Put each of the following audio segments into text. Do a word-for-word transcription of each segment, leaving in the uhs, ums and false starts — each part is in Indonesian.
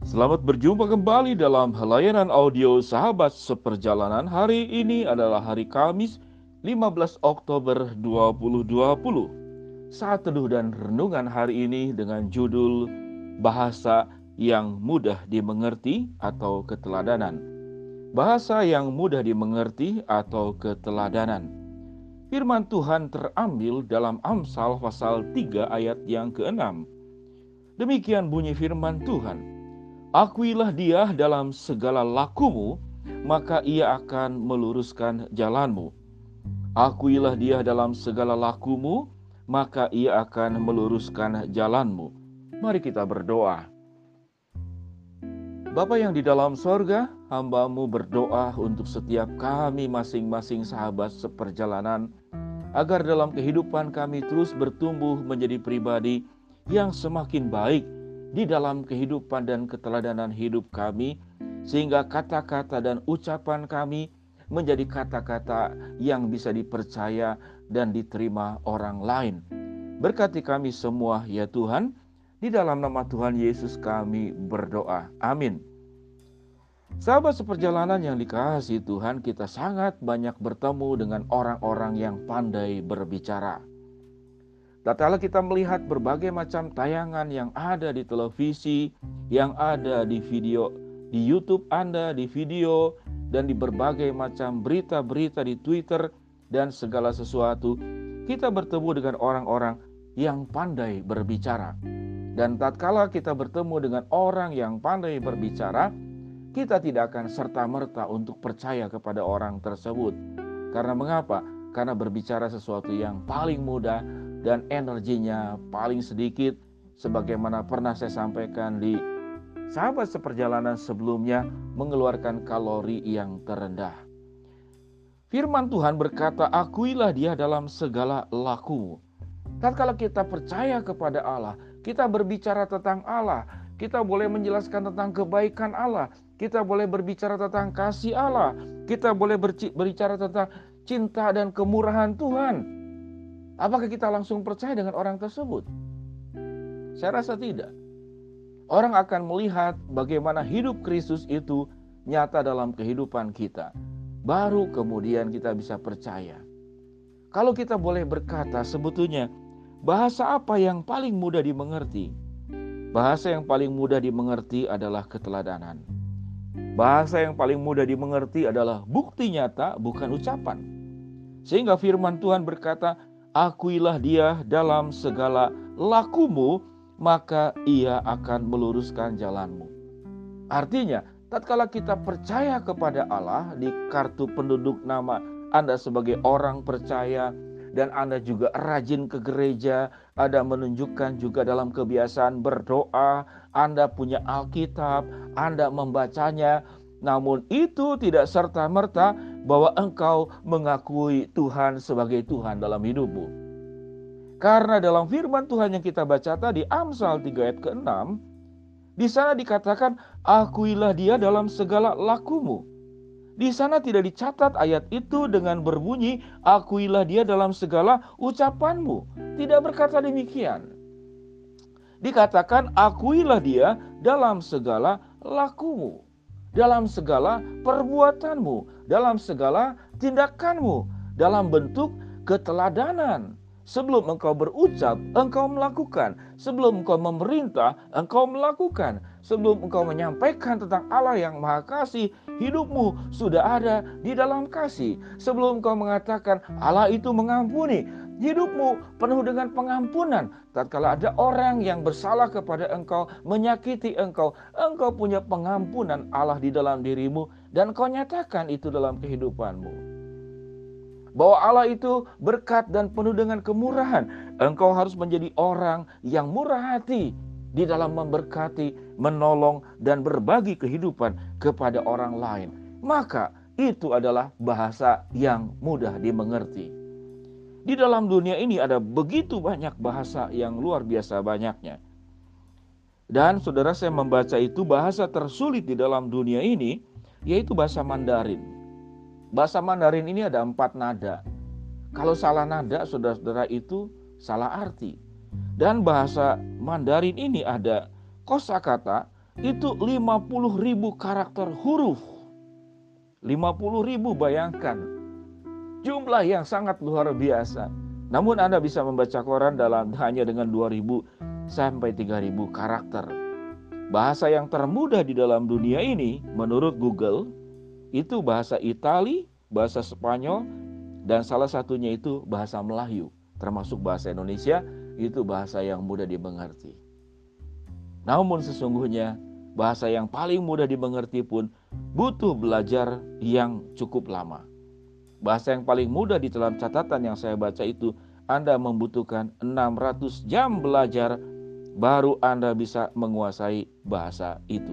Selamat berjumpa kembali dalam layanan audio Sahabat Seperjalanan. Hari ini adalah hari Kamis, lima belas Oktober dua ribu dua puluh. Saat teduh dan renungan hari ini dengan judul Bahasa yang Mudah Dimengerti atau Keteladanan. Bahasa yang mudah dimengerti atau keteladanan. Firman Tuhan terambil dalam Amsal pasal tiga ayat yang keenam. Demikian bunyi firman Tuhan. Akuilah dia dalam segala lakumu, maka ia akan meluruskan jalanmu. Akuilah dia dalam segala lakumu, maka ia akan meluruskan jalanmu. Mari kita berdoa. Bapa yang di dalam sorga, hamba-Mu berdoa untuk setiap kami masing-masing sahabat seperjalanan, agar dalam kehidupan kami terus bertumbuh menjadi pribadi yang semakin baik di dalam kehidupan dan keteladanan hidup kami, sehingga kata-kata dan ucapan kami menjadi kata-kata yang bisa dipercaya dan diterima orang lain. Berkati kami semua ya Tuhan, di dalam nama Tuhan Yesus kami berdoa. Amin. Sahabat seperjalanan yang dikasihi Tuhan, kita sangat banyak bertemu dengan orang-orang yang pandai berbicara. Tatkala kita melihat berbagai macam tayangan yang ada di televisi, yang ada di video di YouTube Anda, di video dan di berbagai macam berita-berita di Twitter dan segala sesuatu, kita bertemu dengan orang-orang yang pandai berbicara. Dan tatkala kita bertemu dengan orang yang pandai berbicara, kita tidak akan serta-merta untuk percaya kepada orang tersebut. Karena mengapa? Karena berbicara sesuatu yang paling mudah dan energinya paling sedikit, sebagaimana pernah saya sampaikan di Sahabat Seperjalanan sebelumnya, mengeluarkan kalori yang terendah. Firman Tuhan berkata, akuilah dia dalam segala lakumu. Tatkala kita percaya kepada Allah, kita berbicara tentang Allah, kita boleh menjelaskan tentang kebaikan Allah, kita boleh berbicara tentang kasih Allah, kita boleh berbicara tentang cinta dan kemurahan Tuhan. Apakah kita langsung percaya dengan orang tersebut? Saya rasa tidak. Orang akan melihat bagaimana hidup Kristus itu nyata dalam kehidupan kita. Baru kemudian kita bisa percaya. Kalau kita boleh berkata, sebetulnya bahasa apa yang paling mudah dimengerti? Bahasa yang paling mudah dimengerti adalah keteladanan. Bahasa yang paling mudah dimengerti adalah bukti nyata, bukan ucapan. Sehingga firman Tuhan berkata, akuilah dia dalam segala lakumu, maka ia akan meluruskan jalanmu. Artinya, tatkala kita percaya kepada Allah, di kartu penduduk nama Anda sebagai orang percaya, dan Anda juga rajin ke gereja, Anda menunjukkan juga dalam kebiasaan berdoa, Anda punya Alkitab, Anda membacanya, namun itu tidak serta-merta bahwa engkau mengakui Tuhan sebagai Tuhan dalam hidupmu. Karena dalam firman Tuhan yang kita baca tadi, Amsal tiga ayat keenam, di sana dikatakan, akuilah dia dalam segala lakumu. Di sana tidak dicatat ayat itu dengan berbunyi, akuilah dia dalam segala ucapanmu. Tidak berkata demikian. Dikatakan, akuilah dia dalam segala lakumu, dalam segala perbuatanmu, dalam segala tindakanmu, dalam bentuk keteladanan. Sebelum engkau berucap, engkau melakukan. Sebelum engkau memerintah, engkau melakukan. Sebelum engkau menyampaikan tentang Allah yang Maha Kasih, hidupmu sudah ada di dalam kasih. Sebelum engkau mengatakan Allah itu mengampuni, hidupmu penuh dengan pengampunan. Tatkala ada orang yang bersalah kepada engkau, menyakiti engkau, engkau punya pengampunan Allah di dalam dirimu, dan kau nyatakan itu dalam kehidupanmu. Bahwa Allah itu berkat dan penuh dengan kemurahan. Engkau harus menjadi orang yang murah hati di dalam memberkati, menolong, dan berbagi kehidupan kepada orang lain. Maka itu adalah bahasa yang mudah dimengerti. Di dalam dunia ini ada begitu banyak bahasa yang luar biasa banyaknya. Dan saudara, saya membaca itu bahasa tersulit di dalam dunia ini, yaitu bahasa Mandarin. Bahasa Mandarin ini ada empat nada. Kalau salah nada, saudara-saudara, itu salah arti. Dan bahasa Mandarin ini ada kosakata itu lima puluh ribu karakter huruf. lima puluh ribu, bayangkan. Jumlah yang sangat luar biasa. Namun Anda bisa membaca koran dalam hanya dengan dua ribu sampai tiga ribu karakter. Bahasa yang termudah di dalam dunia ini menurut Google itu bahasa Itali, bahasa Spanyol, dan salah satunya itu bahasa Melayu. Termasuk bahasa Indonesia, itu bahasa yang mudah dimengerti. Namun sesungguhnya bahasa yang paling mudah dimengerti pun butuh belajar yang cukup lama. Bahasa yang paling mudah di dalam catatan yang saya baca itu, Anda membutuhkan enam ratus jam belajar baru Anda bisa menguasai bahasa itu.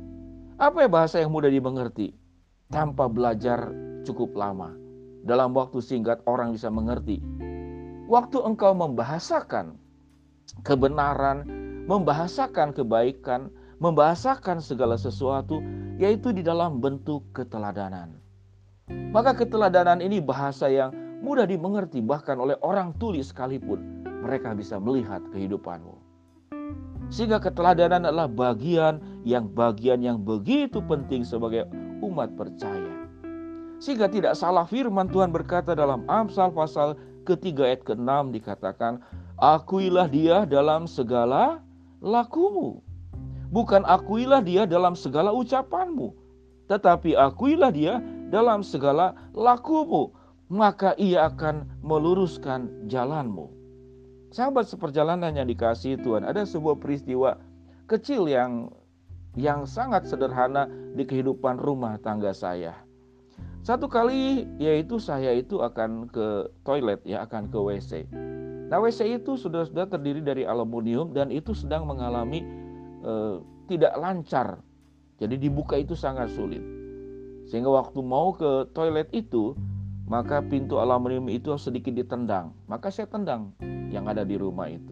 Apa ya bahasa yang mudah dimengerti? Tanpa belajar cukup lama, dalam waktu singkat orang bisa mengerti. Waktu engkau membahasakan kebenaran, membahasakan kebaikan, membahasakan segala sesuatu, yaitu di dalam bentuk keteladanan. Maka keteladanan ini bahasa yang mudah dimengerti, bahkan oleh orang tuli sekalipun mereka bisa melihat kehidupanmu. Sehingga keteladanan adalah bagian yang bagian yang begitu penting sebagai umat percaya. Sehingga tidak salah firman Tuhan berkata dalam Amsal pasal ketiga ayat keenam dikatakan, akuilah dia dalam segala lakumu. Bukan akuilah dia dalam segala ucapanmu, tetapi akuilah dia dalam segala lakumu, maka ia akan meluruskan jalanmu. Sahabat seperjalanan yang dikasihi Tuhan, ada sebuah peristiwa kecil yang yang sangat sederhana di kehidupan rumah tangga saya. Satu kali yaitu saya itu akan ke toilet ya, akan ke W C. Nah W C itu sudah sudah terdiri dari aluminium dan itu sedang mengalami eh, tidak lancar. Jadi dibuka itu sangat sulit. Sehingga waktu mau ke toilet itu, maka pintu aluminium itu sedikit ditendang. Maka saya tendang yang ada di rumah itu.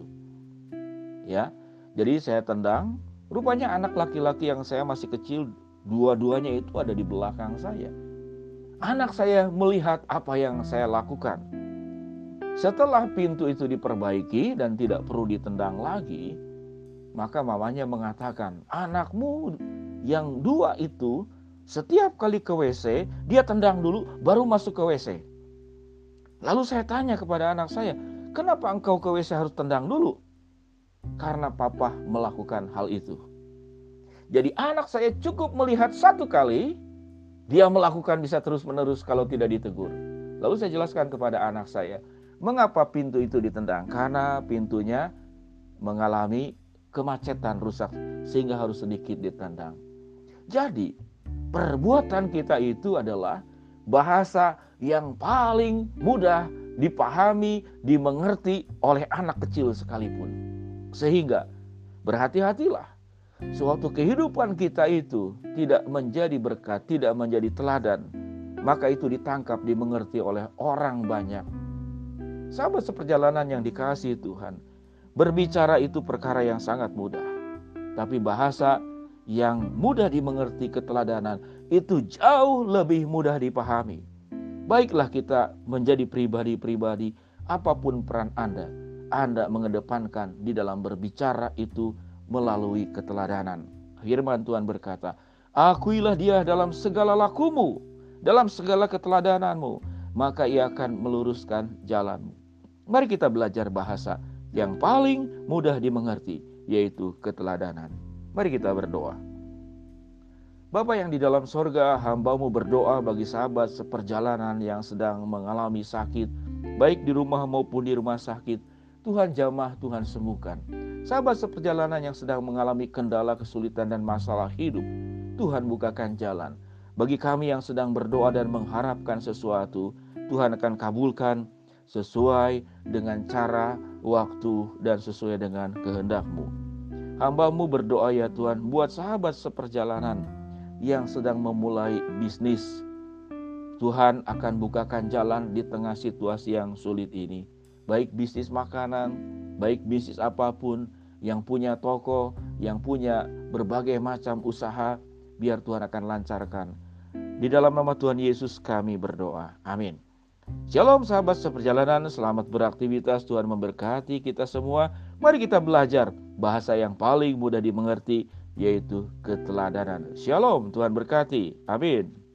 Ya. Jadi saya tendang, rupanya anak laki-laki yang saya masih kecil, dua-duanya itu ada di belakang saya. Anak saya melihat apa yang saya lakukan. Setelah pintu itu diperbaiki dan tidak perlu ditendang lagi, maka mamanya mengatakan, anakmu yang dua itu setiap kali ke W C, dia tendang dulu baru masuk ke W C. Lalu saya tanya kepada anak saya, kenapa engkau ke W C harus tendang dulu? Karena papa melakukan hal itu. Jadi anak saya cukup melihat satu kali, dia melakukan bisa terus-menerus kalau tidak ditegur. Lalu saya jelaskan kepada anak saya, mengapa pintu itu ditendang? Karena pintunya mengalami kemacetan rusak sehingga harus sedikit ditendang. Jadi perbuatan kita itu adalah bahasa yang paling mudah dipahami, dimengerti oleh anak kecil sekalipun. Sehingga berhati-hatilah. Suatu kehidupan kita itu tidak menjadi berkat, tidak menjadi teladan, maka itu ditangkap, dimengerti oleh orang banyak. Sahabat seperjalanan yang dikasihi Tuhan, berbicara itu perkara yang sangat mudah. Tapi bahasa yang mudah dimengerti, keteladanan, itu jauh lebih mudah dipahami. Baiklah kita menjadi pribadi-pribadi, apapun peran Anda, Anda mengedepankan di dalam berbicara itu melalui keteladanan. Firman Tuhan berkata, akuilah dia dalam segala lakumu, dalam segala keteladananmu, maka ia akan meluruskan jalanmu. Mari kita belajar bahasa yang paling mudah dimengerti, yaitu keteladanan. Mari kita berdoa. Bapa yang di dalam sorga, hamba-Mu berdoa bagi sahabat seperjalanan yang sedang mengalami sakit, baik di rumah maupun di rumah sakit. Tuhan jamah, Tuhan sembuhkan. Sahabat seperjalanan yang sedang mengalami kendala, kesulitan dan masalah hidup, Tuhan bukakan jalan. Bagi kami yang sedang berdoa dan mengharapkan sesuatu, Tuhan akan kabulkan sesuai dengan cara, waktu, dan sesuai dengan kehendak-Mu. Hamba-Mu berdoa ya Tuhan, buat sahabat seperjalanan yang sedang memulai bisnis. Tuhan akan bukakan jalan di tengah situasi yang sulit ini. Baik bisnis makanan, baik bisnis apapun, yang punya toko, yang punya berbagai macam usaha, biar Tuhan akan lancarkan. Di dalam nama Tuhan Yesus kami berdoa. Amin. Shalom sahabat seperjalanan, selamat beraktivitas. Tuhan memberkati kita semua. Mari kita belajar bahasa yang paling mudah dimengerti, yaitu keteladanan. Shalom, Tuhan berkati. Amin.